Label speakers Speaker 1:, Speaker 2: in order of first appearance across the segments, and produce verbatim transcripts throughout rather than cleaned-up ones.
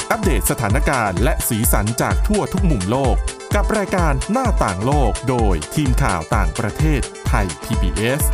Speaker 1: อัปเดตสถานการณ์และสีสันจากทั่วทุกมุมโลกกับรายการหน้าต่างโลกโดยทีมข่าวต่างประเทศไทย พี บี เอส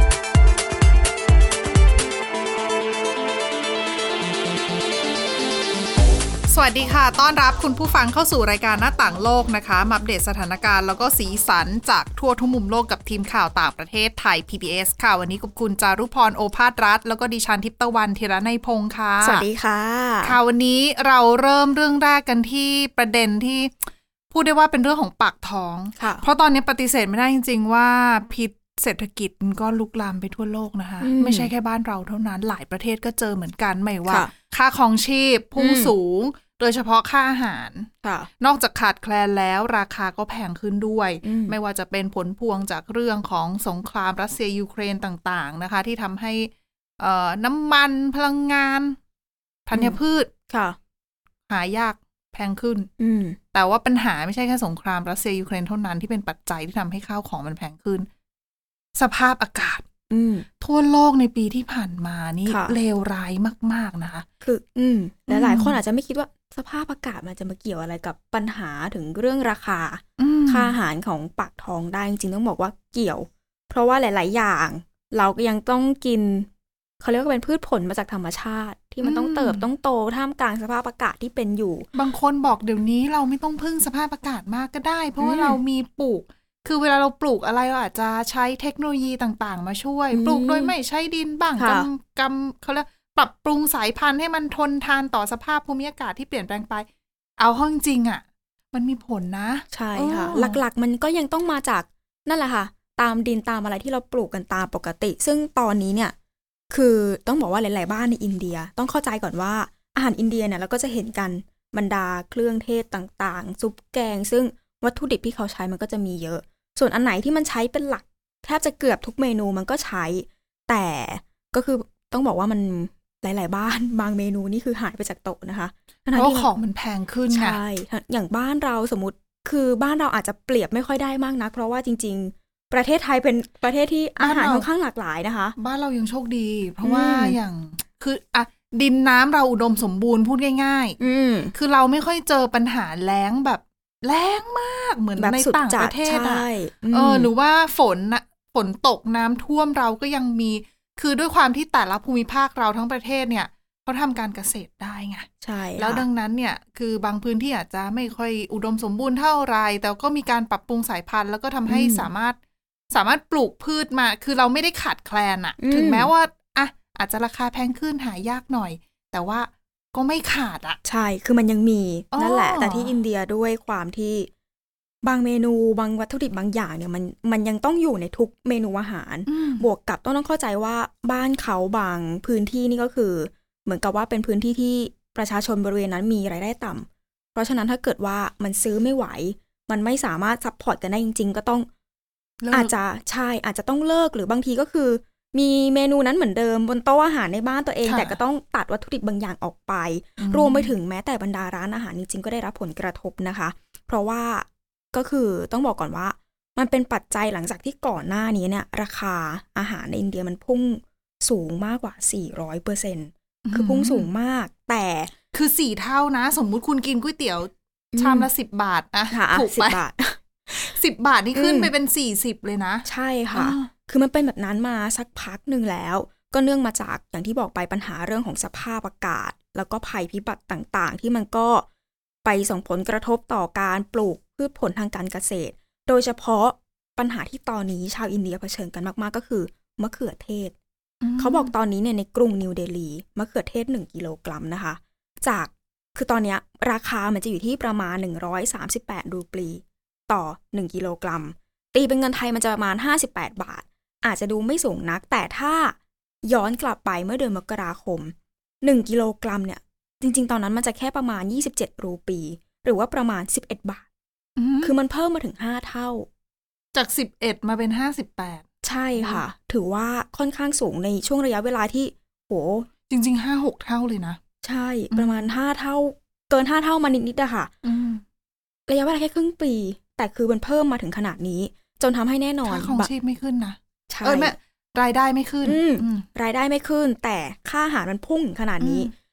Speaker 2: สวัสดีค่ะต้อนรับคุณผู้ฟังเข้าสู่รายการหน้าต่างโลกนะคะมาอัปเดตสถานการณ์แล้วก็สีสันจากทั่วทุกมุมโลกกับทีมข่าวต่างประเทศไทย พี บี เอส ค่ะวันนี้กับคุณจารุพรโอภาสรัฐแล้วก็ดิฉันทิพย์ตะวันธีรนัยพงค์ค่ะ
Speaker 3: สวัสดีค่ะ
Speaker 2: ค่ะวันนี้เราเริ่มเรื่องแรกกันที่ประเด็นที่พูดได้ว่าเป็นเรื่องของปากท้องเพราะตอนนี้ปฏิเสธไม่ได้จริงๆว่าพิษเศรษฐกิจมันก็ลุกลามไปทั่วโลกนะคะไม่ใช่แค่บ้านเราเท่านั้นหลายประเทศก็เจอเหมือนกันไม่ว่าค่าครองชีพพุ่งสูงโดยเฉพาะค่าอาหารนอกจากขาดแคลนแล้วราคาก็แพงขึ้นด้วยไม่ว่าจะเป็นผลพวงจากเรื่องของสงครามรัสเซียยูเครนต่างๆนะคะที่ทำให้น้ำมันพลังงานธัญพืชหายากแพงขึ้นแต่ว่าปัญหาไม่ใช่แค่สงครามรัสเซียยูเครนเท่านั้นที่เป็นปัจจัยที่ทำให้ข้าวของมันแพงขึ้นสภาพอากาศทั่วโลกในปีที่ผ่านมานี่เลวร้ายมากๆนะคะ
Speaker 3: คืออืมและหลายคนอาจจะไม่คิดว่าสภาพอากาศมันจะมาเกี่ยวอะไรกับปัญหาถึงเรื่องราคาค่าอาหารของปากท้องได้จริงๆต้องบอกว่าเกี่ยวเพราะว่าหลายๆอย่างเราก็ยังต้องกินเขาเรียกว่าเป็นพืชผลมาจากธรรมชาติที่มันต้องเติบต้องโตท่ามกลางสภาพอากาศที่เป็นอยู่
Speaker 2: บางคนบอกเดี๋ยวนี้เราไม่ต้องพึ่งสภาพอากาศมากก็ได้เพราะว่าเรามีปลูกคือเวลาเราปลูกอะไรเราอาจจะใช้เทคโนโลยีต่างๆมาช่วยปลูกโดยไม่ใช้ดินบ้างกำกำเขาเรียกปรับปรุงสายพันธุ์ให้มันทนทานต่อสภาพภูมิอากาศที่เปลี่ยนแปลงไปเอาห้องจริงอ่ะมันมีผลนะ
Speaker 3: ใช่ค่ะหลักๆมันก็ยังต้องมาจากนั่นแหละค่ะตามดินตามอะไรที่เราปลูกกันตามปกติซึ่งตอนนี้เนี่ยคือต้องบอกว่าหลายๆบ้านในอินเดียต้องเข้าใจก่อนว่าอาหารอินเดียเนี่ยเราก็จะเห็นกันบรรดาเครื่องเทศต่างๆซุปแกงซึ่งวัตถุดิบที่เขาใช้มันก็จะมีเยอะส่วนอันไหนที่มันใช้เป็นหลักแทบจะเกือบทุกเมนูมันก็ใช้แต่ก็คือต้องบอกว่ามันหลายๆบ้านบางเมนูนี่คือหายไปจากโต๊ะนะคะ
Speaker 2: เพราะของมันแพงขึ้น
Speaker 3: ใช่อย่างบ้านเราสมมติคือบ้านเราอาจจะเปรียบไม่ค่อยได้มากนักเพราะว่าจริงๆประเทศไทยเป็นประเทศที่อาหารค่อนข้างหลากหลายนะคะ
Speaker 2: บ้านเรายังโชคดีเพราะว่าอย่างคืออะดินน้ำเราอุดมสมบูรณ์พูดง่ายๆคือเราไม่ค่อยเจอปัญหาแล้งแบบแรงมากเหมือนในต่างประเทศอ่ะเออหรือว่าฝนน่ะฝนตกน้ำท่วมเราก็ยังมีคือด้วยความที่แต่ละภูมิภาคเราทั้งประเทศเนี่ยเขาทำการเกษตรได้ไง
Speaker 3: ใช่
Speaker 2: แล้วดังนั้นเนี่ยคือบางพื้นที่อาจจะไม่ค่อยอุดมสมบูรณ์เท่าไรแต่ก็มีการปรับปรุงสายพันธุ์แล้วก็ทำให้สามารถสามารถปลูกพืชมาคือเราไม่ได้ขาดแคลนอ่ะถึงแม้ว่าอ่ะอาจจะราคาแพงขึ้นหายากหน่อยแต่ว่าก็ไม่ขาดอ่ะ
Speaker 3: ใช่คือมันยังมีนั่นแหละแต่ที่อินเดียด้วยความที่บางเมนูบางวัตถุดิบบางอย่างเนี่ยมันมันยังต้องอยู่ในทุกเมนูอาหารบวกกับต้องต้องเข้าใจว่าบ้านเขาบางพื้นที่นี่ก็คือเหมือนกับว่าเป็นพื้นที่ที่ประชาชนบริเวณนั้นมีรายได้ต่ำเพราะฉะนั้นถ้าเกิดว่ามันซื้อไม่ไหวมันไม่สามารถซัพพอร์ตกันได้จริงๆก็ต้องอาจจะใช่อาจจะต้องเลิกหรือบางทีก็คือมีเมนูนั้นเหมือนเดิมบนโต๊ะอาหารในบ้านตัวเองแต่ก็ต้องตัดวัตถุดิบบางอย่างออกไปรวมไปถึงแม้แต่บรรดาร้านอาหารจริงๆก็ได้รับผลกระทบนะคะเพราะว่าก็คือต้องบอกก่อนว่ามันเป็นปัจจัยหลังจากที่ก่อนหน้านี้เนี่ยราคาอาหารในอินเดียมันพุ่งสูงมากกว่า สี่ร้อยเปอร์เซ็นต์ คือพุ่งสูงมากแต่
Speaker 2: คือสี่เท่านะสมมุติคุณกินก๋วยเตี๋ยวชามละสิบบาทนะถูกไปสิบบาท สิบบาทนี่ขึ้นไปเป็นสี่สิบเลยนะ
Speaker 3: ใช่ค่ะคือมันเป็นแบบนั้นมาสักพักนึงแล้วก็เนื่องมาจากอย่างที่บอกไปปัญหาเรื่องของสภาพอากาศแล้วก็ภัยพิบัติต่างๆที่มันก็ไปส่งผลกระทบต่อการปลูกพืชผลทางการเกษตรโดยเฉพาะปัญหาที่ตอนนี้ชาวอินเดียเผชิญกันมากๆก็คือมะเขือเทศเขาบอกตอนนี้เนี่ยในกรุงนิวเดลีมะเขือเทศหนึ่งกิโลกรัมนะคะจากคือตอนนี้ราคามันจะอยู่ที่ประมาณหนึ่งร้อยสามสิบแปดรูปีต่อหนึ่งกิโลกรัมตีเป็นเงินไทยมันจะประมาณห้าสิบแปดบาทอาจจะดูไม่สูงนักแต่ถ้าย้อนกลับไปเมื่อเดือนมกราคมหนึ่งกิโลกรัมเนี่ยจริงๆตอนนั้นมันจะแค่ประมาณยี่สิบเจ็ดรูปีหรือว่าประมาณสิบเอ็ดบาทคือมันเพิ่มมาถึงห้าเท่า
Speaker 2: จากสิบเอ็ดมาเป็นห้าสิบแปด
Speaker 3: ใช่ค่ะถือว่าค่อนข้างสูงในช่วงระยะเวลาที่โห
Speaker 2: จริงๆ ห้าหก เท่าเลยนะ
Speaker 3: ใช่ประมาณห้าเท่าเกินห้าเท่ามานิดๆอะค่ะระยะเวลาแค่ครึ่งปีแต่คือมันเพิ่มมาถึงขนาดนี้จนทำให้แน่นอน
Speaker 2: ค่าของชีพไม่ขึ้นนะใช่เออแม่รายได้ไม่ขึ้น
Speaker 3: รายได้ไม่ขึ้นแต่ค่าอาหารมันพุ่งขนาดนี้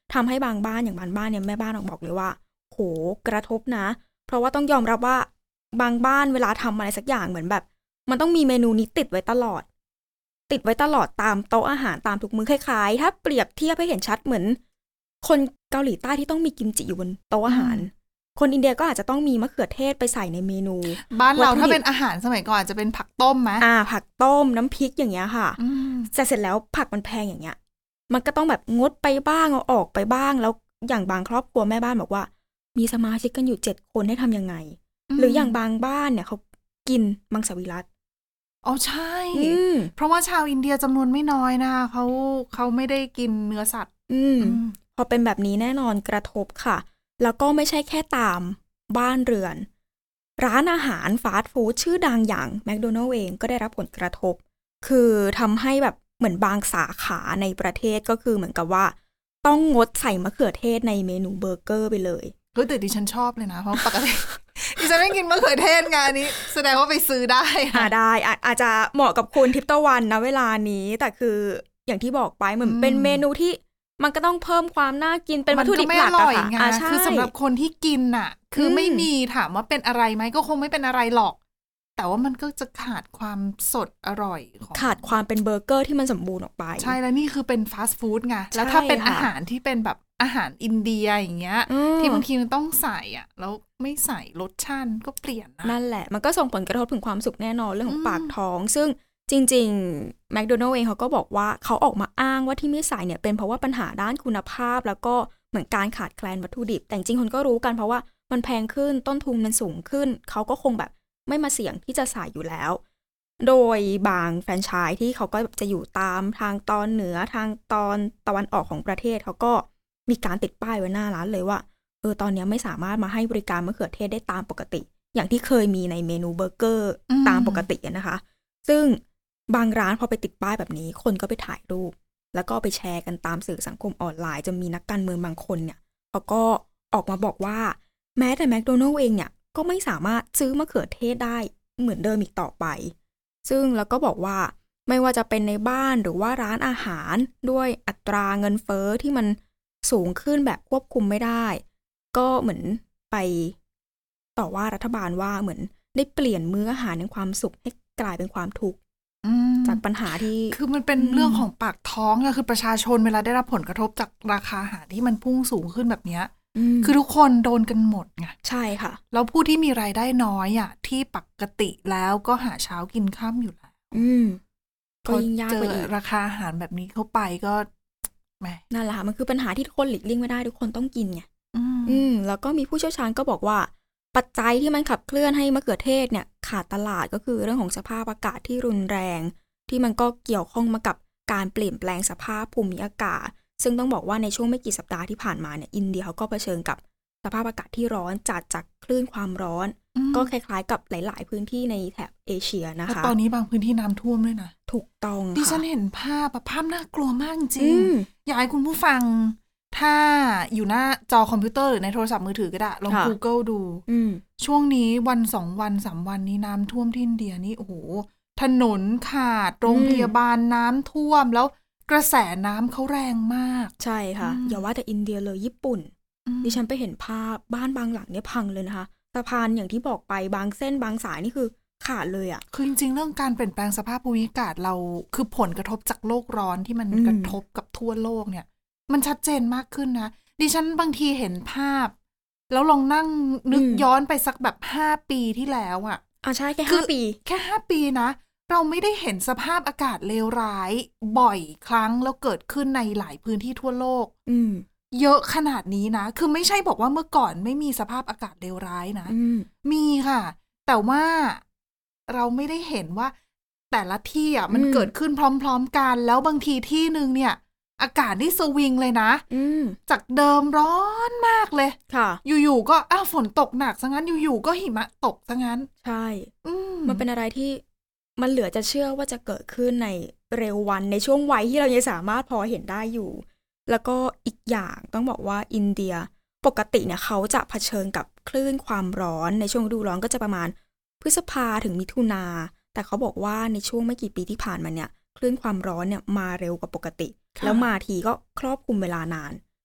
Speaker 3: ทำให้บางบ้านอย่างบางบ้านเนี่ยแม่บ้านออกบอกเลยว่าโหกระทบนะเพราะว่าต้องยอมรับว่าบางบ้านเวลาทำอะไรสักอย่างเหมือนแบบมันต้องมีเมนูนี้ติดไว้ตลอดติดไว้ตลอดตามโต๊ะอาหารตามทุกมื้อคล้ายๆถ้าเปรียบเทียบให้เห็นชัดเหมือนคนเกาหลีใต้ที่ต้องมีกิมจิอยู่บนโต๊ะอาหารคนอินเดียก็อาจจะต้องมีมะเขือเทศไปใส่ในเมนู
Speaker 2: บ้านเราถ้าเป็นอาหารสมัยก่อนอาจจะเป็นผักต้มไหม
Speaker 3: อ่าผักต้มน้ำพริกอย่างเงี้ยค่ะแต่เสร็จแล้วผักมันแพงอย่างเงี้ยมันก็ต้องแบบงดไปบ้างเอาออกไปบ้างแล้วอย่างบางครอบครัวแม่บ้านบอกว่ามีสมาชิกกันอยู่เจ็ดคนให้ทำยังไงหรืออย่างบางบ้านเนี่ยเขากินมังสวิรัติ
Speaker 2: อ๋อใช่เพราะว่าชาวอินเดียจำนวนไม่น้อยนะคะเขาเขาไม่ได้กินเนื้อสัตว์
Speaker 3: อืมพอเป็นแบบนี้แน่นอนกระทบค่ะแล้วก็ไม่ใช่แค่ตามบ้านเรือนร้านอาหารฟาสต์ฟู้ดชื่อดังอย่างแมคโดนัลด์เองก็ได้รับผลกระทบคือทำให้แบบเหมือนบางสาขาในประเทศก็คือเหมือนกับว่าต้องงดใส่มะเขือเทศในเมนูเบอร์เกอร์ไปเลย
Speaker 2: เฮ้ยแต่ดิฉันชอบเลยนะเพราะปกติ ดิฉันไม่กินมะเขือเทศงานนี้แสดงว่าไปซื้อได้
Speaker 3: อ่าได้อาจจะเหมาะกับคุณทิพย์ตะวันนะเวลานี้แต่คืออย่างที่บอกไปเหมือนเป็นเมนูที่มันก็ต้องเพิ่มความน่ากินเป็นวัตถุดิบหลักอะค่ะ
Speaker 2: คือสำหรับคนที่กินน่ะคือไม่มีถามว่าเป็นอะไรไหมก็คงไม่เป็นอะไรหรอกแต่ว่ามันก็จะขาดความสดอร่อยของ
Speaker 3: ขาดความเป็นเบอร์เกอร์ที่มันสมบูรณ์ออกไป
Speaker 2: ใช่แล้วนี่คือเป็นฟาสต์ฟู้ดไงแล้วถ้าเป็นอาหารที่เป็นแบบอาหารอินเดียอย่างเงี้ยที่บางทีมันต้องใส่อ่ะแล้วไม่ใส่รสชาติก็เปลี่ยนนะ
Speaker 3: นั่นแหละมันก็ส่งผลกระทบถึงความสุขแน่นอนเรื่องของปากท้องซึ่งจริงๆแมคโดนัลด์เองเขาก็บอกว่าเขาออกมาอ้างว่าที่ไม่ใส่เนี่ยเป็นเพราะว่าปัญหาด้านคุณภาพแล้วก็เหมือนการขาดแคลนวัตถุดิบแต่จริงๆคนก็รู้กันเพราะว่ามันแพงขึ้นต้นทุนมันสูงขึ้นเขาก็คงแบบไม่มาเสี่ยงที่จะใส่อยู่แล้วโดยบางแฟรนไชส์ที่เขาก็จะอยู่ตามทางตอนเหนือทางตอนตะวันออกของประเทศเขาก็มีการติดป้ายไว้หน้าร้านเลยว่าเออตอนนี้ไม่สามารถมาให้บริการมะเขือเทศได้ตามปกติอย่างที่เคยมีในเมนูเบอร์เกอร์ตามปกตินะคะซึ่งบางร้านพอไปติดป้ายแบบนี้คนก็ไปถ่ายรูปแล้วก็ไปแชร์กันตามสื่อสังคมออนไลน์จนมีนักการเมืองบางคนเนี่ยเขาก็ออกมาบอกว่าแม้แต่แมคโดนัลด์เองเนี่ยก็ไม่สามารถซื้อมะเขือเทศได้เหมือนเดิมอีกต่อไปซึ่งแล้วก็บอกว่าไม่ว่าจะเป็นในบ้านหรือว่าร้านอาหารด้วยอัตราเงินเฟ้อที่มันสูงขึ้นแบบควบคุมไม่ได้ก็เหมือนไปต่อว่ารัฐบาลว่าเหมือนได้เปลี่ยนมื้ออาหารในความสุขให้กลายเป็นความทุกข์จากปัญหาที่
Speaker 2: คือมันเป็นเรื่องของปากท้องอะคือประชาชนเวลาได้รับผลกระทบจากราคาอาหารที่มันพุ่งสูงขึ้นแบบเนี้ยคือทุกคนโดนกันหมดไง
Speaker 3: ใช่ค่ะ
Speaker 2: แล้วผู้ที่มีรายได้น้อยอ่ะที่ปกติแล้วก็หาเช้ากินค่ำอยู่แล้ว
Speaker 3: อืมก็ยิ่งยากไปอีก
Speaker 2: ราคาอาหารแบบนี้เข้าไปก็แหม
Speaker 3: นั่นแหละมันคือปัญหาที่ทุกคนหลีกเลี่ยงไม่ได้ทุกคนต้องกินไงอืมแล้วก็มีผู้เชี่ยวชาญก็บอกว่าปัจจัยที่มันขับเคลื่อนให้มะเขือเทศเนี่ยขาดตลาดก็คือเรื่องของสภาพอากาศที่รุนแรงที่มันก็เกี่ยวข้องมากับการเปลี่ยนแปลงสภาพภูมิอากาศซึ่งต้องบอกว่าในช่วงไม่กี่สัปดาห์ที่ผ่านมาเนี่ยอินเดียเขาก็เผชิญกับสภาพอากาศที่ร้อนจัดจากคลื่นความร้อนก็คล้ายๆกับหลายๆพื้นที่ในแถบเอเชียนะคะ
Speaker 2: ตอนนี้บางพื้นที่น้ำท่วมด้วยนะ
Speaker 3: ถูกต้อง
Speaker 2: ดิฉันเห็นภาพภาพน่ากลัวมากจริงอยากให้คุณผู้ฟังถ้าอยู่หน้าจอคอมพิวเตอร์หรือในโทรศัพท์มือถือก็ได้ลอง Google ดูช่วงนี้วันสองวันสามวันนี้น้ำท่วมที่อินเดียนี่โอ้โหถนนขาดโรงพยาบาลน้ำท่วมแล้วกระแสน้ำเขาแรงมาก
Speaker 3: ใช่ค่ะอย่าว่าแต่อินเดียเลยญี่ปุ่นดิฉันไปเห็นภาพบ้านบางหลังเนี่ยพังเลยนะคะสะพานอย่างที่บอกไปบางเส้นบางสายนี่คือขาดเลยอ่ะ
Speaker 2: คือจริงๆเรื่องการเปลี่ยนแปลงสภาพภูมิอากาศเราคือผลกระทบจากโลกร้อนที่มันกระทบกับทั่วโลกเนี่ยมันชัดเจนมากขึ้นนะดิฉันบางทีเห็นภาพแล้วลองนั่งนึกย้อนไปสักแบบห้าปีที่แล้วอ่ะ
Speaker 3: อ่ะใช่แค่ห้าปี
Speaker 2: แค่ห้าปีนะเราไม่ได้เห็นสภาพอากาศเลวร้ายบ่อยครั้งแล้วเกิดขึ้นในหลายพื้นที่ทั่วโลกเยอะขนาดนี้นะคือไม่ใช่บอกว่าเมื่อก่อนไม่มีสภาพอากาศเลวร้ายนะมีค่ะแต่ว่าเราไม่ได้เห็นว่าแต่ละที่อ่ะมันเกิดขึ้นพร้อมๆกันแล้วบางทีที่นึงเนี่ยอากาศนี่สวิงเลยนะจากเดิมร้อนมากเลย
Speaker 3: ค่ะ
Speaker 2: อยู่ๆก็อ้าวฝนตกหนักซะงั้นอยู่ๆก็หิมะตกซะงั้น
Speaker 3: ใช่มันเป็นอะไรที่มันเหลือจะเชื่อว่าจะเกิดขึ้นในเร็ววันในช่วงวัยที่เรายังสามารถพอเห็นได้อยู่แล้วก็อีกอย่างต้องบอกว่าอินเดียปกติเนี่ยเขาจะเผชิญกับคลื่นความร้อนในช่วงฤดูร้อนก็จะประมาณพฤษภาถึงมิถุนาแต่เขาบอกว่าในช่วงไม่กี่ปีที่ผ่านมาเนี่ยคลื่นความร้อนเนี่ยมาเร็วกว่าปกติแล้วมาทีก็ครอบคลุมเวลานาน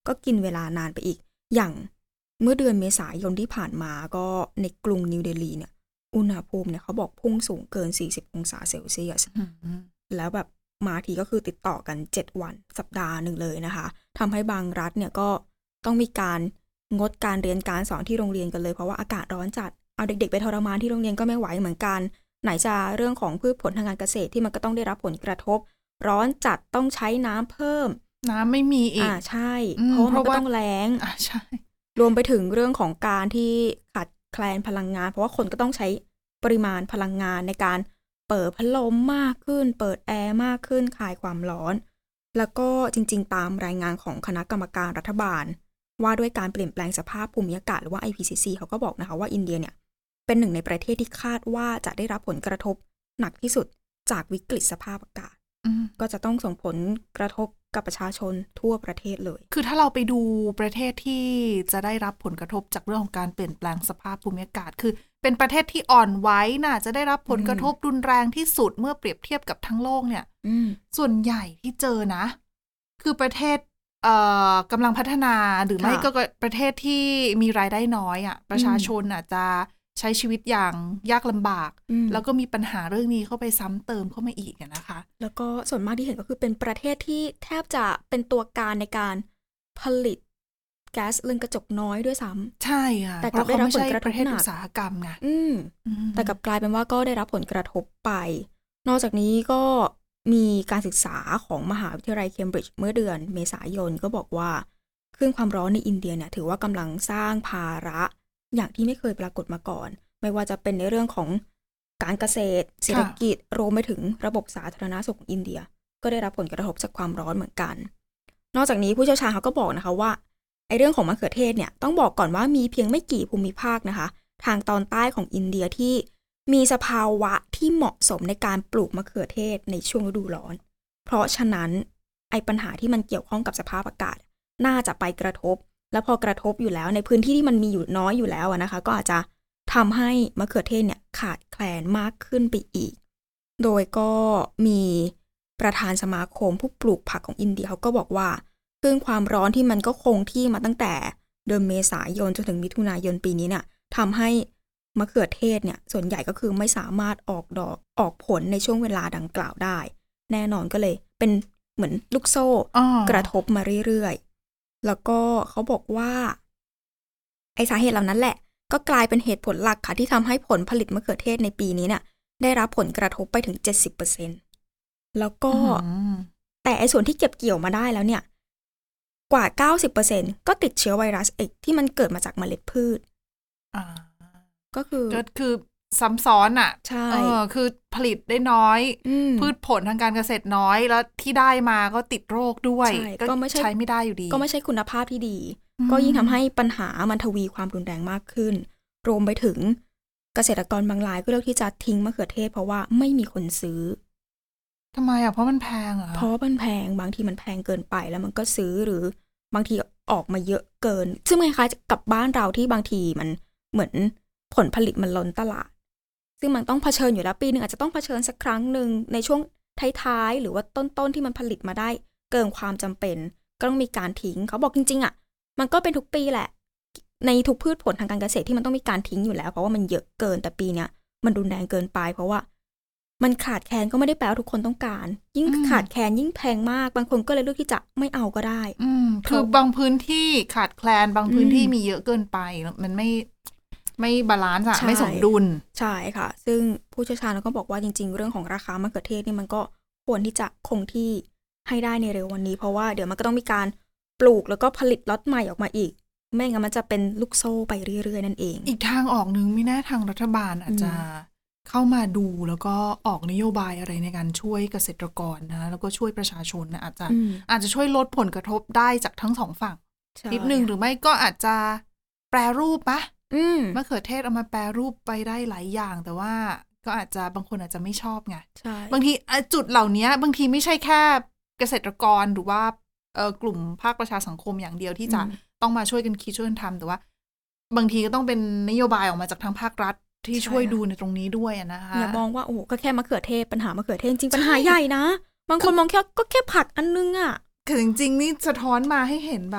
Speaker 3: ก็กินเวลานานไปอีกอย่างเมื่อเดือนเมษายนที่ผ่านมาก็ในกรุงนิวเดลีเนี่ยอุณหภูมิเนี่ยเขาบอกพุ่งสูงเกินสี่สิบองศาเซลเซียสแล้วแบบมาทีก็คือติดต่อกันเจ็ดวันสัปดาห์หนึ่งเลยนะคะทำให้บางรัฐเนี่ยก็ต้องมีการงดการเรียนการสอนที่โรงเรียนกันเลยเพราะว่าอากาศร้อนจัดเอาเด็กๆไปทรมานที่โรงเรียนก็ไม่ไหวเหมือนกันไหนจะเรื่องของพืชผลทางการเกษตรที่มันก็ต้องได้รับผลกระทบร้อนจัดต้องใช้น้ำเพิ่ม
Speaker 2: น้ำไม่มีอีก
Speaker 3: อ่าใช่เพราะมันก็ต้องแล้ง
Speaker 2: อ่าใช่
Speaker 3: รวมไปถึงเรื่องของการที่ขาดแคลนพลังงานเพราะว่าคนก็ต้องใช้ปริมาณพลังงานในการเปิดพัดลมมากขึ้นเปิดแอร์มากขึ้นคลายความร้อนแล้วก็จริงๆตามรายงานของคณะกรรมการรัฐบาลว่าด้วยการเปลี่ยนแปลงสภาพภูมิอากาศหรือว่า ไอ พี ซี ซี เขาก็บอกนะคะว่าอินเดียเนี่ยเป็นหนึ่งในประเทศที่คาดว่าจะได้รับผลกระทบหนักที่สุดจากวิกฤตสภาพอากาศก็จะต้องส่งผลกระทบกับประชาชนทั่วประเทศเลย
Speaker 2: คือถ้าเราไปดูประเทศที่จะได้รับผลกระทบจากเรื่องของการเปลี่ยนแปลงสภาพภูมิอากาศคือเป็นประเทศที่อ่อนไหวน่าจะได้รับผลกระทบรุนแรงที่สุดเมื่อเปรียบเทียบกับทั้งโลกเนี่ยส่วนใหญ่ที่เจอนะคือประเทศเอ่อกำลังพัฒนาหรือไม่ก็ประเทศที่มีรายได้น้อยอ่ะประชาชนอาจจะใช้ชีวิตอย่างยากลำบากแล้วก็มีปัญหาเรื่องนี้เข้าไปซ้ำเติมเข้ามาอีกนะคะ
Speaker 3: แล้วก็ส่วนมากที่เห็นก็คือเป็นประเทศที่แทบจะเป็นตัวการในการผลิตแก๊สเรือนกระจกน้อยด้วยซ้
Speaker 2: ำใช่ค่ะ
Speaker 3: แต่กลับได้รับผลกระทบหนัก
Speaker 2: อุตสาหกรรมไง
Speaker 3: แต่กลับกลายเป็นว่าก็ได้รับผลกระทบไปนอกจากนี้ก็มีการศึกษาของมหาวิทยาลัยเคมบริดจ์เมื่อเดือนเมษายนก็บอกว่าคลื่นความร้อนในอินเดียเนี่ยถือว่ากำลังสร้างภาระอย่างที่ไม่เคยปรากฏมาก่อนไม่ว่าจะเป็นในเรื่องของการเกษตรเศรษฐกิจรวมไปถึงระบบสาธารณสุขของอินเดียก็ได้รับผลกระทบจากความร้อนเหมือนกันนอกจากนี้ผู้เชี่ยวชาญเขาก็บอกนะคะว่าไอ้เรื่องของมะเขือเทศเนี่ยต้องบอกก่อนว่ามีเพียงไม่กี่ภูมิภาคนะคะทางตอนใต้ของอินเดียที่มีสภาวะที่เหมาะสมในการปลูกมะเขือเทศในช่วงฤดูร้อนเพราะฉะนั้นไอ้ปัญหาที่มันเกี่ยวข้องกับสภาพอากาศน่าจะไปกระทบแล้วพอกระทบอยู่แล้วในพื้นที่ที่มันมีอยู่น้อยอยู่แล้วนะคะก็อาจจะทำให้มะเขือเทศเนี่ยขาดแคลนมากขึ้นไปอีกโดยก็มีประธานสมาคมผู้ปลูกผักของอินเดียเขาก็บอกว่าคลื่นความร้อนที่มันก็คงที่มาตั้งแต่เดือนเมษายนจนถึงมิถุนายนปีนี้เนี่ยทำให้มะเขือเทศเนี่ยส่วนใหญ่ก็คือไม่สามารถออกดอกออกผลในช่วงเวลาดังกล่าวได้แน่นอนก็เลยเป็นเหมือนลูกโซ่กระทบมาเรื่อยๆแล้วก็เขาบอกว่าไอ้สาเหตุเหล่านั้นแหละก็กลายเป็นเหตุผลหลักค่ะที่ทำให้ผลผลิตมะเขือเทศในปีนี้เนี่ยได้รับผลกระทบไปถึง เจ็ดสิบเปอร์เซ็นต์ แล้วก็แต่ไอ้ส่วนที่เก็บเกี่ยวมาได้แล้วเนี่ยกว่า เก้าสิบเปอร์เซ็นต์ ก็ติดเชื้อไวรัสอีกที่มันเกิดมาจากเมล็ดพืชก็คือ
Speaker 2: ก็คือซ้ำซ้อนอ่ะ
Speaker 3: ใช่
Speaker 2: เออคือผลิตได้น้อยพืชผลทางการเกษตรน้อยแล้วที่ได้มาก็ติดโรคด้วยก็ใช้ไม่ได้อยู่ดี
Speaker 3: ก็ไม่ใช่คุณภาพที่ดีก็ยิ่งทำให้ปัญหามันทวีความรุนแรงมากขึ้นรวมไปถึงเกษตรกรบางรายก็เลือกที่จะทิ้งมะเขือเทศเพราะว่าไม่มีคนซื้อ
Speaker 2: ทำไมอ่ะเพราะมันแพงเหรอ
Speaker 3: เพราะมันแพงบางทีมันแพงเกินไปแล้วมันก็ซื้อหรือบางทีออกมาเยอะเกินซึ่งคล้ายๆกับบ้านเราที่บางทีมันเหมือนผลผลิตมันล้นตลาดซึ่งมันต้องเผชิญอยู่แล้วปีนึงอาจจะต้องเผชิญสักครั้งนึงในช่วงท้ายๆหรือว่าต้นๆที่มันผลิตมาได้เกินความจำเป็นก็ต้องมีการทิ้งเขาบอกจริงๆอ่ะมันก็เป็นทุกปีแหละในทุกพืชผลทางการเกษตรที่มันต้องมีการทิ้งอยู่แล้วเพราะว่ามันเยอะเกินแต่ปีเนี้ยมันรุนแรงเกินไปเพราะว่ามันขาดแคลนก็ไม่ได้แปลว่าทุกคนต้องการยิ่งขาดแคลนยิ่งแพงมากบางคนก็เลยเลือกที่จะไม่เอาก็ได้
Speaker 2: คือบางพื้นที่ขาดแคลนบางพื้นที่มีเยอะเกินไปมันไม่ไม่บาลานซ์อะไม่สมดุล
Speaker 3: ใช่ค่ะซึ่งผู้เชี่ยวชาญก็บอกว่าจริงๆเรื่องของราคามะเขือเทศนี่มันก็ควรที่จะคงที่ให้ได้ในเร็ววันนี้เพราะว่าเดี๋ยวมันก็ต้องมีการปลูกแล้วก็ผลิตล็อตใหม่ออกมาอีกไม่งั้นมันจะเป็นลูกโซ่ไปเรื่อยๆนั่นเอง
Speaker 2: อีกทางออกนึงไม่แน่ทางรัฐบาลอาจจะเข้ามาดูแล้วก็ออกนโยบายอะไรในการช่วยเกษตรกรนะแล้วก็ช่วยประชาชนนะอาจจะอาจจะช่วยลดผลกระทบได้จากทั้งสองฝั่งนิดนึงหรือไม่ก็อาจจะแปรรูปปะมะเขือเทศเอามาแปรรูปไปได้หลายอย่างแต่ว่าก็อาจจะบางคนอาจจะไม่ชอบไงบางทีจุดเหล่านี้บางทีไม่ใช่แค่เกษตรกรหรือว่าเอ่อกลุ่มภาคประชาสังคมอย่างเดียวที่จะต้องมาช่วยกันคิดช่วยกันทำแต่ว่าบางทีก็ต้องเป็นนโยบายออกมาจากทางภาครัฐที่ช่วยดูในตรงนี้ด้วยนะคะ
Speaker 3: อย่ามองว่าโอ้ก็แค่มะเขือเทศปัญหามะเขือเทศจริงปัญหาใหญ่นะบางคนมองแค่ก็แค่ผักอันนึงอ่ะ
Speaker 2: คือจริงๆนี่สะท้อนมาให้เห็นแบบ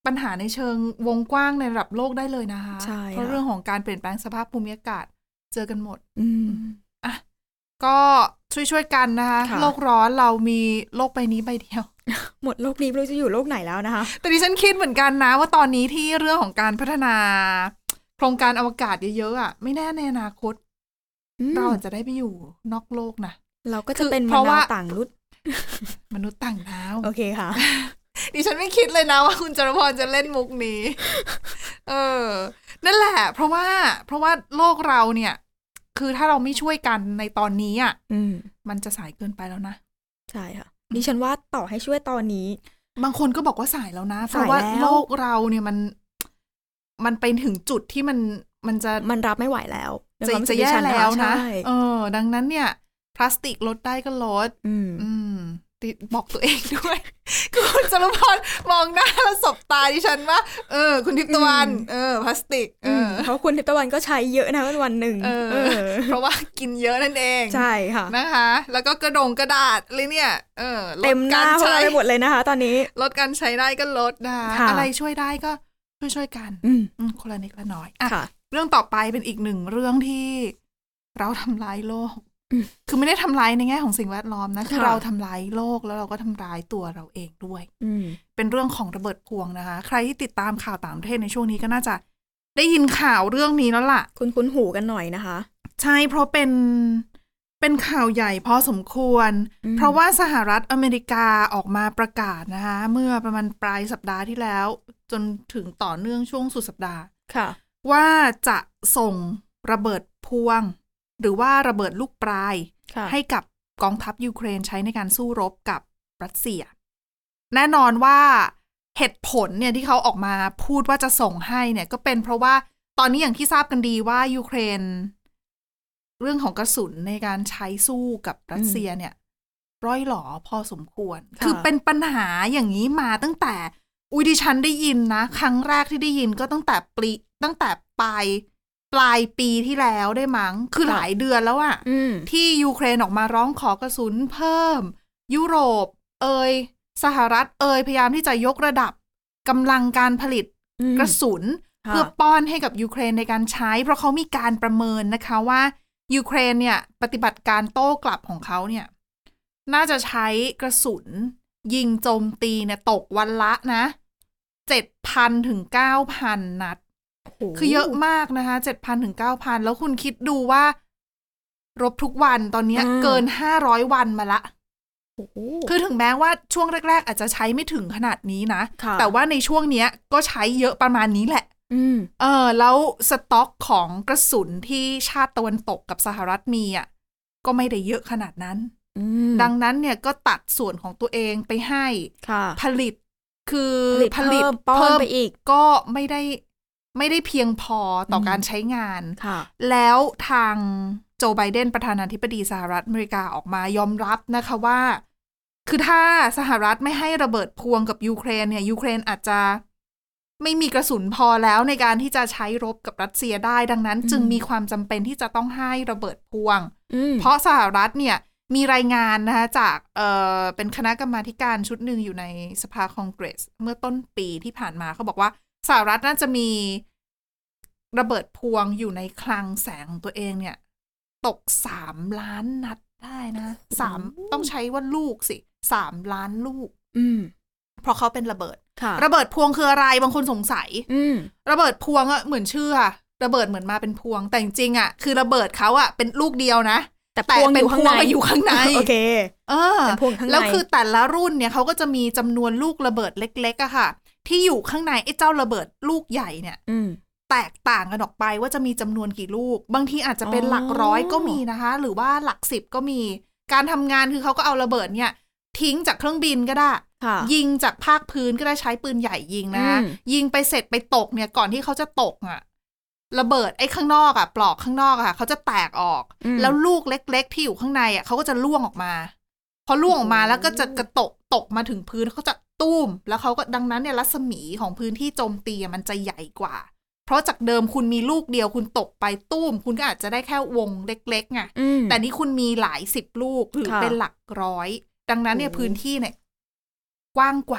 Speaker 2: ปัญหาในเชิงวงกว้างในระดับโลกได้เลยนะคะ
Speaker 3: ใช่
Speaker 2: เพราะเรื่องของการเปลี่ยนแปลงสภาพภูมิอากาศเจอกันหมด
Speaker 3: อืม
Speaker 2: อ่ะก็ช่วยๆกันนะคะโลกร้อนเรามีโลกใบนี้ใบเดียว
Speaker 3: หมดโลกนี้ไม่รู้จะอยู่โลกไหนแล้วนะคะ
Speaker 2: แต่ดิฉันคิดเหมือนกันนะว่าตอนนี้ที่เรื่องของการพัฒนาโครงการอวกาศเยอะๆอ่ะไม่แน่ในอนาคตเราอาจจะได้ไปอยู่นอกโลกนะ
Speaker 3: เราก็จะเป็นมนุษย์ต่างนุษย์
Speaker 2: มนุษย์ต่างดาว
Speaker 3: โอเคค่ะ
Speaker 2: ดิฉันไม่คิดเลยนะว่าคุณจรพรจะเล่นมุกนี้เออนั่นแหละเพราะว่าเพราะว่าโลกเราเนี่ยคือถ้าเราไม่ช่วยกันในตอนนี้อ่ะมันจะสายเกินไปแล้วนะ
Speaker 3: ใช่ค่ะดิฉันว่าต่อให้ช่วยตอนนี้
Speaker 2: บางคนก็บอกว่าสายแล้วนะเพราะว่าโลกเราเนี่ยมันมันไปถึงจุดที่มันมันจะ
Speaker 3: มันรับไม่ไหวแล้ว
Speaker 2: จะจะแย่แล้วนะเออดังนั้นเนี่ยพลาสติกลดได้ก็ลดอืมอืมบอกตัวเองด้วยคุณจรพรมองหน้าแล้วสบตาดิฉันว่าเออคุณทิพย์ตะวันเออพลาสติกเออ
Speaker 3: เพราะคุณทิพย์ตะวันก็ใช้เยอะนะวันวันหนึ่ง
Speaker 2: เออเพราะว่ากินเยอะนั่นเอง
Speaker 3: ใช่ค่ะ
Speaker 2: นะคะแล้วก็กระดงกระดาษเลยเนี่ยเออ
Speaker 3: เต็มหน้าพวกเราไปหมดเลยนะคะตอนนี้
Speaker 2: ลดการใช้ได้ก็ลดนะคะอะไรช่วยได้ก็ช่วยช่วยกันคนละนิดละน้อยอ่ะเรื่องต่อไปเป็นอีกหนึ่งเรื่องที่เราทำลายโลกคือไม่ได้ทำลายในแง่ของสิ่งแวดล้อมนะคือเราทำลายโลกแล้วเราก็ทำลายตัวเราเองด้วยเป็นเรื่องของระเบิดพวงนะคะใครที่ติดตามข่าวต่างประเทศในช่วงนี้ก็น่าจะได้ยินข่าวเรื่องนี้แล้วล่ะ
Speaker 3: คุ้นคุ้นหูกันหน่อยนะคะ
Speaker 2: ใช่เพราะเป็นเป็นข่าวใหญ่พอสมควรเพราะว่าสหรัฐอเมริกาออกมาประกาศนะคะเมื่อประมาณปลายสัปดาห์ที่แล้วจนถึงต่อเนื่องช่วงสุดสัปดาห์
Speaker 3: ค่ะ
Speaker 2: ว่าจะส่งระเบิดพวงหรือว่าระเบิดลูกปลายให้กับกองทัพยูเครนใช้ในการสู้รบกับรัสเซียแน่นอนว่าเหตุผลเนี่ยที่เขาออกมาพูดว่าจะส่งให้เนี่ยก็เป็นเพราะว่าตอนนี้อย่างที่ทราบกันดีว่ายูเครนเรื่องของกระสุนในการใช้สู้กับรัสเซียเนี่ยร่อยหรอพอสมควรคือเป็นปัญหาอย่างนี้มาตั้งแต่อุยดิฉันได้ยินนะครั้งแรกที่ได้ยินก็ตั้งแต่ปีตั้งแต่ปลายปลายปีที่แล้วได้มั้งคือหลายเดือนแล้วอะที่ยูเครนออกมาร้องขอกระสุนเพิ่มยุโรปเอยสหรัฐเอยพยายามที่จะยกระดับกำลังการผลิตกระสุนเพื่อป้อนให้กับยูเครนในการใช้เพราะเขามีการประเมินนะคะว่ายูเครนเนี่ยปฏิบัติการโต้กลับของเขาเนี่ยน่าจะใช้กระสุนยิงโจมตีเนี่ยตกวันละนะ เจ็ดพัน ถึง เก้าพัน นัดคือเยอะมากนะคะ เจ็ดพัน ถึง เก้าพัน แล้วคุณคิดดูว่ารบทุกวันตอนนี้เกินห้าร้อยวันมาละคือถึงแม้ว่าช่วงแรกๆอาจจะใช้ไม่ถึงขนาดนี้นะแต่ว่าในช่วงเนี้ยก็ใช้เยอะประมาณนี้แหละเออแล้วสต็อกของกระสุนที่ชาติตะวันตกกับสหรัฐมีอ่ะก็ไม่ได้เยอะขนาดนั้นดังนั้นเนี่ยก็ตัดส่วนของตัวเองไปให้ผลิตคือ
Speaker 3: ผลิตเพิ่มไปอีก
Speaker 2: ก็ไม่ได้ไม่ได้เพียงพอต่อการใช้งานแล้วทางโจไบเดนประธานาธิบดีสหรัฐอเมริกาออกมายอมรับนะคะว่าคือถ้าสหรัฐไม่ให้ระเบิดพวงกับยูเครนเนี่ยยูเครนอาจจะไม่มีกระสุนพอแล้วในการที่จะใช้รบกับรัสเซียได้ดังนั้นจึงมีความจำเป็นที่จะต้องให้ระเบิดพวงเพราะสหรัฐเนี่ยมีรายงานนะคะจากเอ่อเป็นคณะกรรมาการชุดหนึ่งอยู่ในสภาคองเกรสเมื่อต้นปีที่ผ่านมาเขาบอกว่าสหรัฐน่าจะมีระเบิดพวงอยู่ในคลังแสงของตัวเองเนี่ยตกสามล้านนัดได้นะสามต้องใช้ว่าลูกสิสามล้านลูก
Speaker 3: อืม
Speaker 2: เพราะเขาเป็นระเบิดระเบิดพวงคืออะไรบางคนสงสัยระเบิดพวงอะเหมือนชื่อระเบิดเหมือนมาเป็นพวงแต่จริงๆอะคือระเบิดเขาอะเป็นลูกเดียวนะ
Speaker 3: แต่พวงอยู่ข้างใน
Speaker 2: อยู่ข้างใน
Speaker 3: โอเค
Speaker 2: เออแล้วคือแต่ละรุ่นเนี่ยเขาก็จะมีจำนวนลูกระเบิดเล็กๆอะค่ะที่อยู่ข้างในไอ้เจ้าระเบิดลูกใหญ่เนี่ยแตกต่างกันออกไปว่าจะมีจำนวนกี่ลูกบางทีอาจจะเป็นหลักร้อยก็มีนะคะหรือว่าหลักสิบก็มีการทำงานคือเขาก็เอาระเบิดเนี่ยทิ้งจากเครื่องบินก็ได้ยิงจากภาคพื้นก็ได้ใช้ปืนใหญ่ยิงนะยิงไปเสร็จไปตกเนี่ยก่อนที่เขาจะตกอ่ะระเบิดไอ้ข้างนอกอ่ะปลอกข้างนอกอ่ะเขาจะแตกออกแล้วลูกเล็กๆที่อยู่ข้างในอ่ะเขาก็จะล่วงออกมาพอล่วงออกมาแล้วก็จะกระตกตกมาถึงพื้นเขาจะตุ้มแล้วเขาก็ดังนั้นเนี่ยรัศมีของพื้นที่โจมตีมันจะใหญ่กว่าเพราะจากเดิมคุณมีลูกเดียวคุณตกไปตุ้มคุณก็อาจจะได้แค่วงเล็กๆไงแต่นี่คุณมีหลายสิบลูกหรือเป็นหลักร้อยดังนั้นเนี่ยพื้นที่เนี่ยกว้างกว่า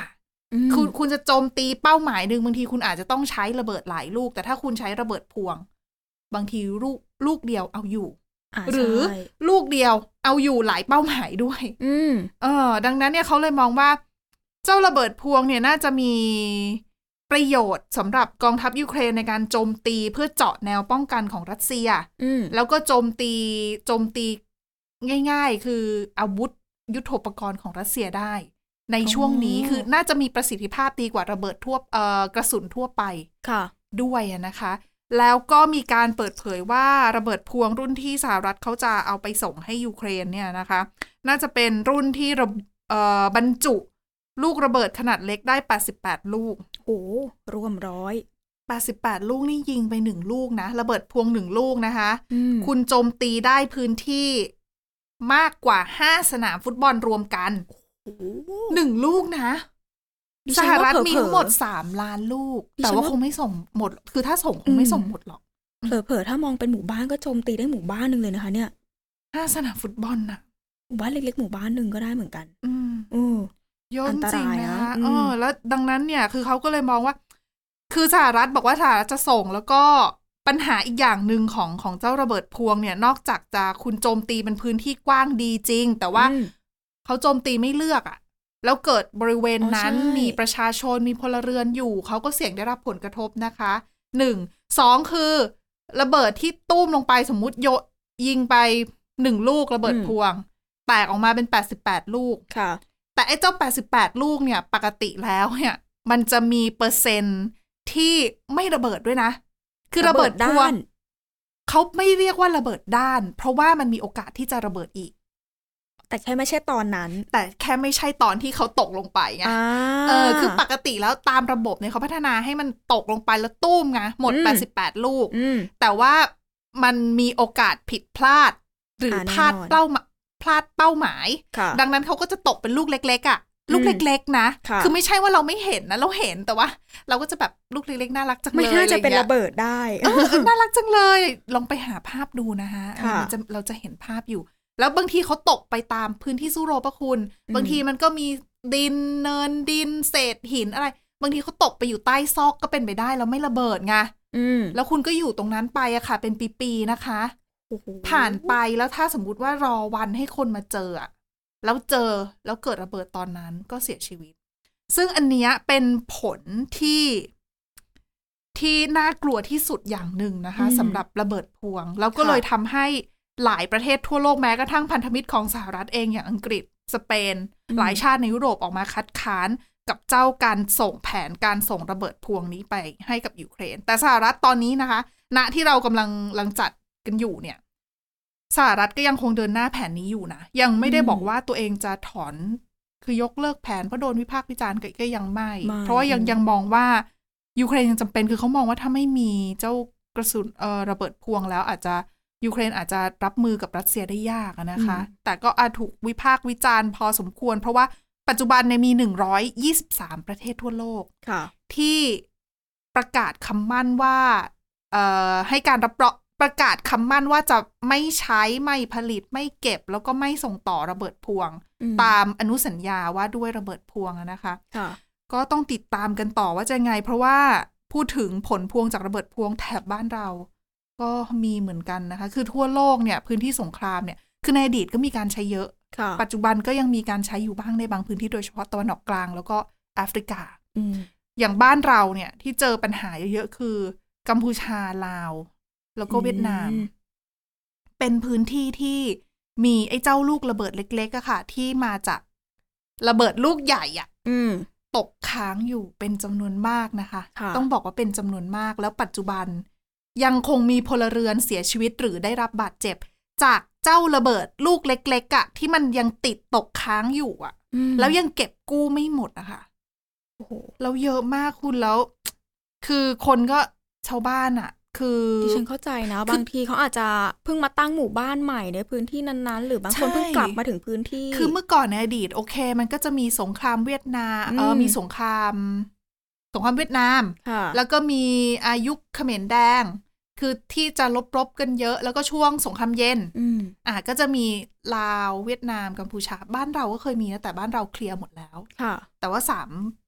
Speaker 2: คุณคุณจะโจมตีเป้าหมายหนึ่งบางทีคุณอาจจะต้องใช้ระเบิดหลายลูกแต่ถ้าคุณใช้ระเบิดพวงบางทีลูกลูกเดียวเอาอยู่หรือลูกเดียวเอาอยู่หลายเป้าหมายด้วยอืมเออดังนั้นเนี่ยเขาเลยมองว่าเจ้าระเบิดพวงเนี่ยน่าจะมีประโยชน์สำหรับกองทัพยูเครนในการโจมตีเพื่อเจาะแนวป้องกันของรัสเซียแล้วก็โจมตีโจมตีง่ายๆคืออาวุธยุทโธปกรณ์ของรัสเซียได้ในช่วงนี้คือน่าจะมีประสิทธิภาพดีกว่าระเบิดทั่วเอ่อกระสุนทั่วไปค่ะด้วยนะคะแล้วก็มีการเปิดเผยว่าระเบิดพวงรุ่นที่สหรัฐเขาจะเอาไปส่งให้ยูเครนเนี่ยนะคะน่าจะเป็นรุ่นที่เอ่อบรรจุลูกระเบิดขนาดเล็กได้แปดสิบแปดลูก
Speaker 3: โอ้รวมร้อย
Speaker 2: แปดสิบแปดลูกนี่ยิงไปหนึ่งลูกนะระเบิดพวงหนึ่งลูกนะคะคุณโจมตีได้พื้นที่มากกว่าห้าสนามฟุตบอลรวมกันหนึ่งลูกนะสหรัฐมีทั้งหมดสามล้านลูกแต่ว่าคงไม่ส่งหมดคือถ้าส่งคงไม่ส่งหมดหรอก
Speaker 3: เผลอๆถ้ามองเป็นหมู่บ้านก็โจมตีได้หมู่บ้านนึงเลยนะคะเนี่ย
Speaker 2: ห้าสนามฟุตบอลน่ะ
Speaker 3: หมู่บ้านเล็กๆหมู่บ้านนึงก็ได้เหมือนกันอืม
Speaker 2: อือย้อนจริงนะเออแล้วดังนั้นเนี่ยคือเขาก็เลยมองว่าคือสหรัฐบอกว่าสหรัฐจะส่งแล้วก็ปัญหาอีกอย่างหนึ่งของของเจ้าระเบิดพวงเนี่ยนอกจากจะคุณโจมตีเป็นพื้นที่กว้างดีจริงแต่ว่าเขาโจมตีไม่เลือกอ่ะแล้วเกิดบริเวณนั้นมีประชาชนมีพลเรือนอยู่เขาก็เสี่ยงได้รับผลกระทบนะคะหนึ่งสองคือระเบิดที่ตุ้มลงไปสมมุติโยยิงไปหนึ่งลูกระเบิดพวงแตกออกมาเป็นแปดสิบแปดลูกค่ะแต่ไอ้เจ้าแปดสิบแปดลูกเนี่ยปกติแล้วเนี่ยมันจะมีเปอร์เซ็นต์ที่ไม่ระเบิดด้วยนะคือระเบิดพวงเขาไม่เรียกว่าระเบิดด้านเพราะว่ามันมีโอกาสที่จะระเบิดอีก
Speaker 3: แต่แค่ไม่ใช่ตอนนั้น
Speaker 2: แต่แค่ไม่ใช่ตอนที่เขาตกลงไปไงเออคือปกติแล้วตามระบบเนี่ยเขาพัฒนาให้มันตกลงไปแล้วตุ้มไงหมดแปดสิบแปดลูกแต่ว่ามันมีโอกาสผิดพลาดหรือพลาดเป้าพลาดเป้าหมายดังนั้นเขาก็จะตกเป็นลูกเล็กๆอ่ะลูกเล็กๆนะคือไม่ใช่ว่าเราไม่เห็นนะเราเห็นแต่ว่าเราก็จะแบบลูกเล็กๆน่ารักจังเลย
Speaker 3: ไม่น่าจะเป็นระเบิดได้
Speaker 2: น่ารักจังเลยลองไปหาภาพดูนะคะมันจะเราจะเห็นภาพอยู่แล้วบางทีเขาตกไปตามพื้นที่สู้รบปะคุณบางทีมันก็มีดินเนินดินเศษหินอะไรบางทีเขาตกไปอยู่ใต้ซอกก็เป็นไปได้แล้วไม่ระเบิดไงแล้วคุณก็อยู่ตรงนั้นไปอะค่ะเป็นปีๆนะคะผ่านไปแล้วถ้าสมมุติว่ารอวันให้คนมาเจอแล้วเจอแล้วเกิดระเบิดตอนนั้นก็เสียชีวิตซึ่งอันเนี้ยเป็นผลที่ที่น่ากลัวที่สุดอย่างหนึ่งนะคะสำหรับระเบิดพวงแล้วก็เลยทำให้หลายประเทศทั่วโลกแม้กระทั่งพันธมิตรของสหรัฐเองอย่างอังกฤษสเปนหลายชาติในยุโรปออกมาคัดค้านกับเจ้าการส่งแผนการส่งระเบิดพวงนี้ไปให้กับยูเครนแต่สหรัฐตอนนี้นะคะณที่เรากำลังลังจัดกันอยู่เนี่ยสหรัฐก็ยังคงเดินหน้าแผนนี้อยู่นะยังไม่ได้บอกว่าตัวเองจะถอนคือยกเลิกแผนเพราะโดนวิพากษ์วิจารณ์ก็ยังไม่เพราะว่ายังยังมองว่ายูเครนยังจำเป็นคือเขามองว่าถ้าไม่มีเจ้ากระสุนเอ่อระเบิดพวงแล้วอาจจะยูเครนอาจจะรับมือกับรัสเซียได้ยากนะคะแต่ก็อาจถูกวิพากษ์วิจารณ์พอสมควรเพราะว่าปัจจุบันเนี่ยมีหนึ่งร้อยยี่สิบสามประเทศทั่วโลกที่ประกาศคำมั่นว่าเอ่อให้การรับรองประกาศคำมั่นว่าจะไม่ใช้ไม่ผลิตไม่เก็บแล้วก็ไม่ส่งต่อระเบิดพวงตามอนุสัญญาว่าด้วยระเบิดพวงนะคะก็ต้องติดตามกันต่อว่าจะไงเพราะว่าพูดถึงผลพวงจากระเบิดพวงแถบบ้านเราก็มีเหมือนกันนะคะคือทั่วโลกเนี่ยพื้นที่สงครามเนี่ยคือในอดีตก็มีการใช้เยอะปัจจุบันก็ยังมีการใช้อยู่บ้างในบางพื้นที่โดยเฉพาะตะวันออกกลางแล้วก็แอฟริกาอย่างบ้านเราเนี่ยที่เจอปัญหาเยอะๆคือกัมพูชาลาวแล้วก็เวียดนามเป็นพื้นที่ที่มีไอ้เจ้าลูกระเบิดเล็กๆอะค่ะที่มาจากระเบิดลูกใหญ่อะตกค้างอยู่เป็นจำนวนมากนะคะต้องบอกว่าเป็นจำนวนมากแล้วปัจจุบันยังคงมีพลเรือนเสียชีวิตหรือได้รับบาดเจ็บจากเจ้าระเบิดลูกเล็กๆอะที่มันยังติดตกค้างอยู่อะแล้วยังเก็บกู้ไม่หมดอะค่ะโอ้โหแล้วเยอะมากคุณแล้วคือคนก็ชาวบ้านอะคือ
Speaker 3: ดิฉันเข้าใจนะบางทีเขาอาจจะเพิ่งมาตั้งหมู่บ้านใหม่ในพื้นที่นั้นๆหรือบางคนเพิ่งกลับมาถึงพื้นที่
Speaker 2: คือเมื่อก่อนในอดีตโอเคมันก็จะมีสงครามเวียดนามเออมีสงครามสงครามเวียดนามแล้วก็มีอายุเขมรแดงคือที่จะลบรบกันเยอะแล้วก็ช่วงสงครามเย็นอ่ะก็จะมีลาวเวียดนามกัมพูชาบ้านเราก็เคยมีนะแต่บ้านเราเคลียร์หมดแล้วแต่ว่าสาม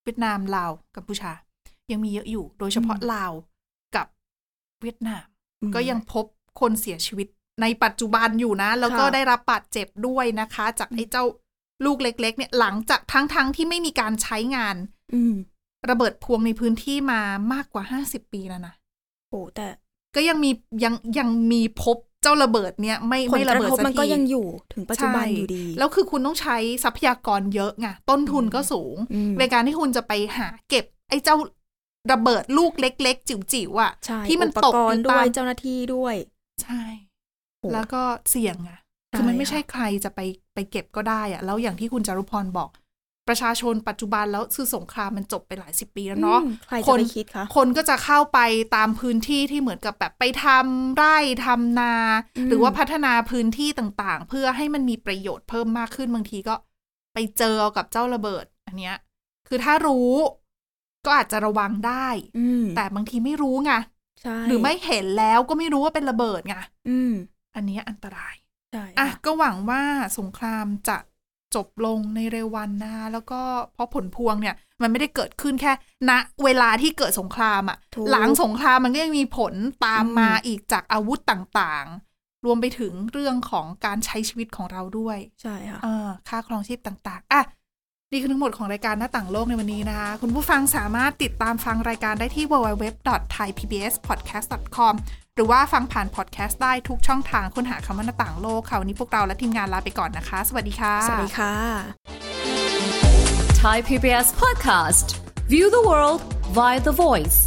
Speaker 2: เวียดนามลาวกัมพูชายังมีเยอะอยู่โดยเฉพาะลาวกับเวียดนามก็ยังพบคนเสียชีวิตในปัจจุบันอยู่นะแล้วก็ได้รับบาดเจ็บด้วยนะคะจากไอ้เจ้าลูกเล็กๆเนี่ยหลังจากทั้งๆที่ไม่มีการใช้งานระเบิดพวงในพื้นที่มามากกว่าห้าสิบปีแล้วนะ
Speaker 3: โอ้แต่
Speaker 2: ก็ยังมียังยังมีพบเจ้าระเบิดเนี่ยไม่ไม่ระเบิดสักที
Speaker 3: มันก็ยังอยู่ถึงปัจจุบันอยู่ดี
Speaker 2: แล้วคือคุณต้องใช้ทรัพยากรเยอะไงต้นทุนก็สูงในการที่คุณจะไปหาเก็บไอ้เจ้าระเบิดลูกเล็กๆจิ๋วๆอ่ะที่มันตกอยู่
Speaker 3: ด้วยเจ้าหน้าที่ด้วย
Speaker 2: ใช่แล้วก็เสี่ยงอ่ะคือมันไม่ใช่ใครจะไปไปเก็บก็ได้อ่ะแล้วอย่างที่คุณจารุพรบอกประชาชนปัจจุบันแล้วคือสงครามมันจบไปหลายสิบปีแล้วเนาะ
Speaker 3: คน
Speaker 2: คนก็จะเข้าไปตามพื้นที่ที่เหมือนกับแบบไปทำไร่ทำนาหรือว่าพัฒนาพื้นที่ต่างๆเพื่อให้มันมีประโยชน์เพิ่มมากขึ้นบางทีก็ไปเจอกับเจ้าระเบิดอันเนี้ยคือถ้ารู้ก็อาจจะระวังได้แต่บางทีไม่รู้ไงหรือไม่เห็นแล้วก็ไม่รู้ว่าเป็นระเบิดไงอันนี้อันตรายอ่ะก็หวังว่าสงครามจะจบลงในเร็ววันนะคะแล้วก็เพราะผลพวงเนี่ยมันไม่ได้เกิดขึ้นแค่ณเวลาที่เกิดสงครามอ่ะหลังสงครามมันก็ยังมีผลตามมาอีกจากอาวุธต่างๆรวมไปถึงเรื่องของการใช้ชีวิตของเราด้วย
Speaker 3: ใช่ค่ะ
Speaker 2: ค่าครองชีพต่างๆอ่ะนี่คือทั้งหมดของรายการหน้าต่างโลกในวันนี้นะคะคุณผู้ฟังสามารถติดตามฟังรายการได้ที่ ดับเบิลยู ดับเบิลยู ดับเบิลยู ดอท ไทย พี บี เอส พอดแคสต์ ดอท คอม หรือว่าฟังผ่านพอดแคสต์ได้ทุกช่องทางค้นหาคำว่าหน้าต่างโลกค่ะวันนี้พวกเราและทีมงานลาไปก่อนนะคะสวัสดีค่ะ
Speaker 3: สวัสดีค่ะ
Speaker 4: Thai พี บี เอส Podcast View the world via the voice